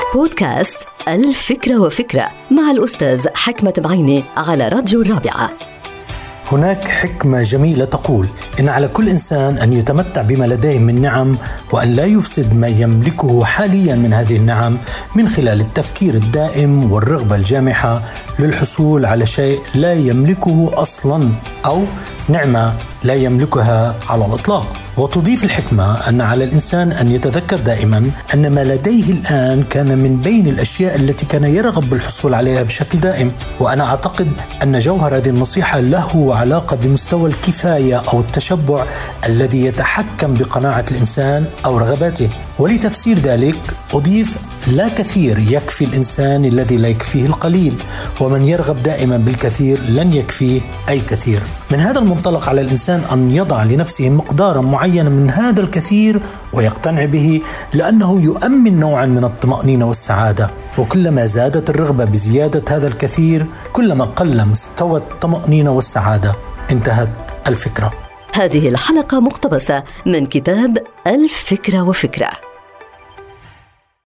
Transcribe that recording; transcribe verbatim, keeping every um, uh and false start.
بودكاست الفكرة وفكرة مع الأستاذ حكمة بعيني على راديو الرابعة. هناك حكمة جميلة تقول إن على كل إنسان أن يتمتع بما لديه من نعم وأن لا يفسد ما يملكه حاليا من هذه النعم من خلال التفكير الدائم والرغبة الجامحة للحصول على شيء لا يملكه أصلا أو نعمة لا يملكها على الإطلاق. وتضيف الحكمة أن على الإنسان أن يتذكر دائما أن ما لديه الآن كان من بين الأشياء التي كان يرغب بالحصول عليها بشكل دائم. وأنا أعتقد أن جوهر هذه النصيحة له علاقة بمستوى الكفاية أو التشبع الذي يتحكم بقناعة الإنسان أو رغباته. ولتفسير ذلك أضيف: لا كثير يكفي الإنسان الذي لا يكفيه القليل، ومن يرغب دائما بالكثير لن يكفيه أي كثير. من هذا المنطلق على الإنسان أن يضع لنفسه مقدارا معينا من هذا الكثير ويقتنع به، لأنه يؤمن نوعا من الطمأنينة والسعادة. وكلما زادت الرغبة بزيادة هذا الكثير كلما قل مستوى الطمأنينة والسعادة. انتهت الفكرة. هذه الحلقة مقتبسة من كتاب الفكرة وفكرة.